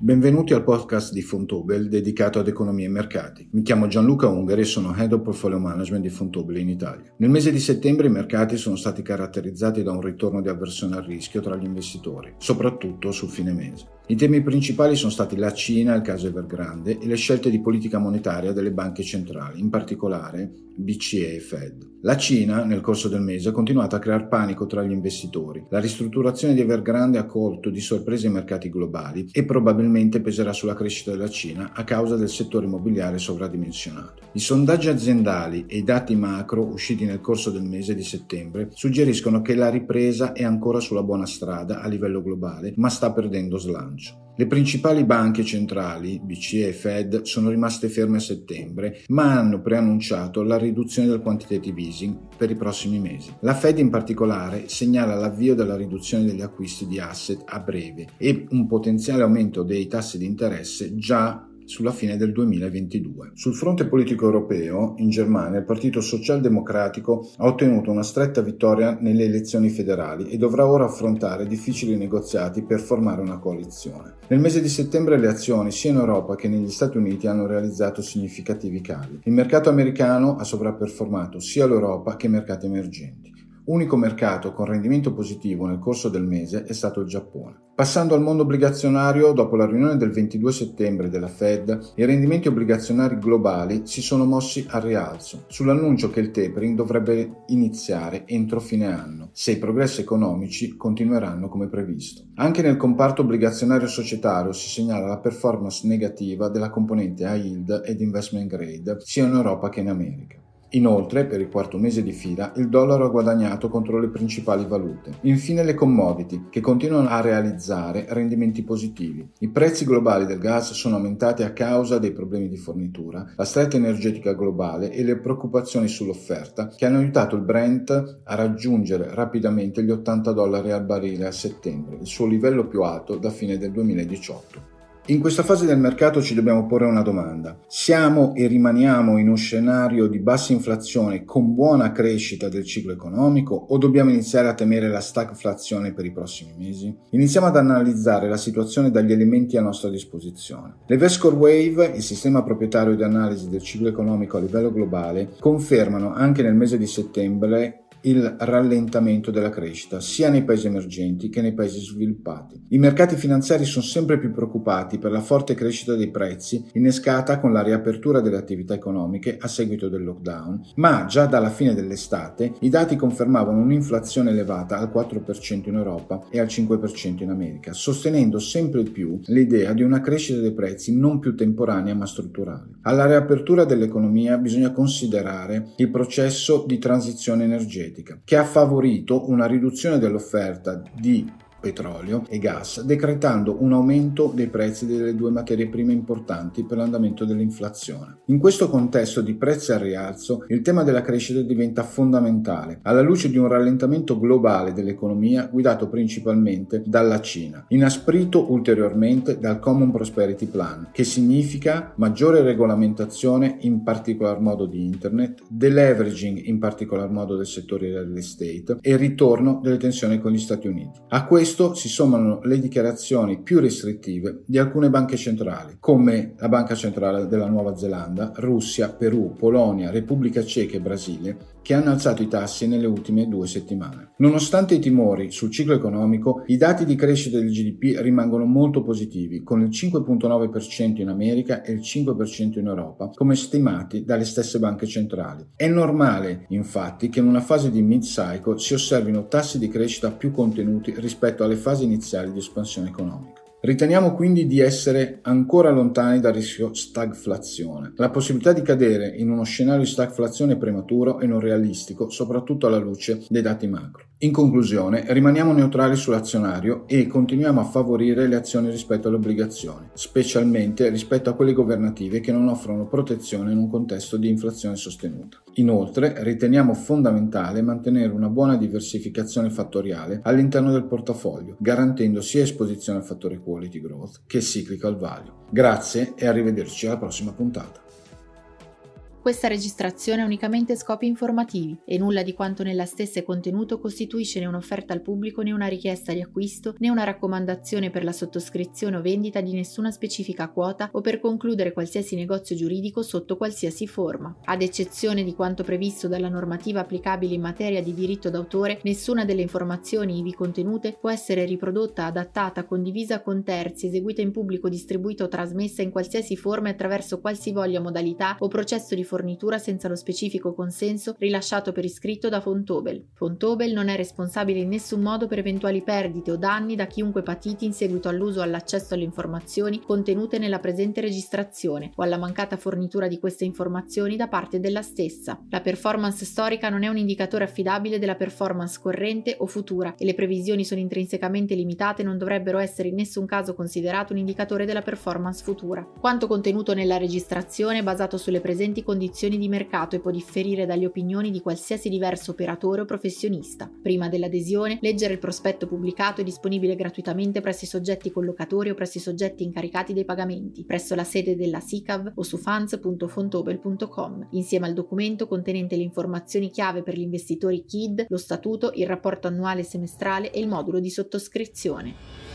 Benvenuti al podcast di Vontobel dedicato ad economia e mercati. Mi chiamo Gianluca Ungari e sono Head of Portfolio Management di Vontobel in Italia. Nel mese di settembre i mercati sono stati caratterizzati da un ritorno di avversione al rischio tra gli investitori, soprattutto sul fine mese. I temi principali sono stati la Cina, il caso Evergrande e le scelte di politica monetaria delle banche centrali, in particolare BCE e Fed. La Cina, nel corso del mese, ha continuato a creare panico tra gli investitori. La ristrutturazione di Evergrande ha colto di sorpresa i mercati globali e probabilmente peserà sulla crescita della Cina a causa del settore immobiliare sovradimensionato. I sondaggi aziendali e i dati macro usciti nel corso del mese di settembre suggeriscono che la ripresa è ancora sulla buona strada a livello globale, ma sta perdendo slancio. Le principali banche centrali, BCE e Fed, sono rimaste ferme a settembre, ma hanno preannunciato la riduzione del quantitative easing per i prossimi mesi. La Fed in particolare segnala l'avvio della riduzione degli acquisti di asset a breve e un potenziale aumento dei tassi di interesse già sulla fine del 2022. Sul fronte politico europeo, in Germania, il Partito Socialdemocratico ha ottenuto una stretta vittoria nelle elezioni federali e dovrà ora affrontare difficili negoziati per formare una coalizione. Nel mese di settembre le azioni sia in Europa che negli Stati Uniti hanno realizzato significativi cali. Il mercato americano ha sovrapperformato sia l'Europa che i mercati emergenti. Unico mercato con rendimento positivo nel corso del mese è stato il Giappone. Passando al mondo obbligazionario, dopo la riunione del 22 settembre della Fed, i rendimenti obbligazionari globali si sono mossi al rialzo, sull'annuncio che il tapering dovrebbe iniziare entro fine anno, se i progressi economici continueranno come previsto. Anche nel comparto obbligazionario societario si segnala la performance negativa della componente high yield ed investment grade, sia in Europa che in America. Inoltre, per il quarto mese di fila, il dollaro ha guadagnato contro le principali valute. Infine le commodity, che continuano a realizzare rendimenti positivi. I prezzi globali del gas sono aumentati a causa dei problemi di fornitura, la stretta energetica globale e le preoccupazioni sull'offerta che hanno aiutato il Brent a raggiungere rapidamente gli $80 al barile a settembre, il suo livello più alto da fine del 2018. In questa fase del mercato ci dobbiamo porre una domanda. Siamo e rimaniamo in uno scenario di bassa inflazione con buona crescita del ciclo economico o dobbiamo iniziare a temere la stagflazione per i prossimi mesi? Iniziamo ad analizzare la situazione dagli elementi a nostra disposizione. L'Evescore Wave, il sistema proprietario di analisi del ciclo economico a livello globale, confermano anche nel mese di settembre il rallentamento della crescita sia nei paesi emergenti che nei paesi sviluppati. I mercati finanziari sono sempre più preoccupati per la forte crescita dei prezzi innescata con la riapertura delle attività economiche a seguito del lockdown, ma già dalla fine dell'estate i dati confermavano un'inflazione elevata al 4% in Europa e al 5% in America, sostenendo sempre più l'idea di una crescita dei prezzi non più temporanea ma strutturale. Alla riapertura dell'economia bisogna considerare il processo di transizione energetica, che ha favorito una riduzione dell'offerta di petrolio e gas, decretando un aumento dei prezzi delle due materie prime importanti per l'andamento dell'inflazione. In questo contesto di prezzi al rialzo, il tema della crescita diventa fondamentale, alla luce di un rallentamento globale dell'economia guidato principalmente dalla Cina, inasprito ulteriormente dal Common Prosperity Plan, che significa maggiore regolamentazione in particolar modo di Internet, deleveraging in particolar modo del settore real estate e ritorno delle tensioni con gli Stati Uniti. A questo si sommano le dichiarazioni più restrittive di alcune banche centrali, come la Banca Centrale della Nuova Zelanda, Russia, Perù, Polonia, Repubblica Ceca e Brasile, che hanno alzato i tassi nelle ultime 2 settimane. Nonostante i timori sul ciclo economico, i dati di crescita del GDP rimangono molto positivi, con il 5,9% in America e il 5% in Europa, come stimati dalle stesse banche centrali. È normale, infatti, che in una fase di mid-cycle si osservino tassi di crescita più contenuti rispetto alle fasi iniziali di espansione economica. Riteniamo quindi di essere ancora lontani dal rischio stagflazione. La possibilità di cadere in uno scenario di stagflazione prematuro e non realistico, soprattutto alla luce dei dati macro. In conclusione, rimaniamo neutrali sull'azionario e continuiamo a favorire le azioni rispetto alle obbligazioni, specialmente rispetto a quelle governative che non offrono protezione in un contesto di inflazione sostenuta. Inoltre, riteniamo fondamentale mantenere una buona diversificazione fattoriale all'interno del portafoglio, garantendo sia esposizione al fattore quality growth che cyclical value. Grazie e arrivederci alla prossima puntata. Questa registrazione ha unicamente scopi informativi e nulla di quanto nella stessa è contenuto costituisce né un'offerta al pubblico né una richiesta di acquisto né una raccomandazione per la sottoscrizione o vendita di nessuna specifica quota o per concludere qualsiasi negozio giuridico sotto qualsiasi forma. Ad eccezione di quanto previsto dalla normativa applicabile in materia di diritto d'autore, nessuna delle informazioni ivi contenute può essere riprodotta, adattata, condivisa con terzi, eseguita in pubblico, distribuita o trasmessa in qualsiasi forma e attraverso qualsivoglia modalità o processo di fornitura senza lo specifico consenso rilasciato per iscritto da Fontobel. Fontobel non è responsabile in nessun modo per eventuali perdite o danni da chiunque patiti in seguito all'uso o all'accesso alle informazioni contenute nella presente registrazione o alla mancata fornitura di queste informazioni da parte della stessa. La performance storica non è un indicatore affidabile della performance corrente o futura e le previsioni sono intrinsecamente limitate e non dovrebbero essere in nessun caso considerato un indicatore della performance futura. Quanto contenuto nella registrazione è basato sulle presenti condizioni di mercato e può differire dalle opinioni di qualsiasi diverso operatore o professionista. Prima dell'adesione, leggere il prospetto pubblicato è disponibile gratuitamente presso i soggetti collocatori o presso i soggetti incaricati dei pagamenti, presso la sede della SICAV o su funds.fontobel.com, insieme al documento contenente le informazioni chiave per gli investitori KID, lo statuto, il rapporto annuale e semestrale e il modulo di sottoscrizione.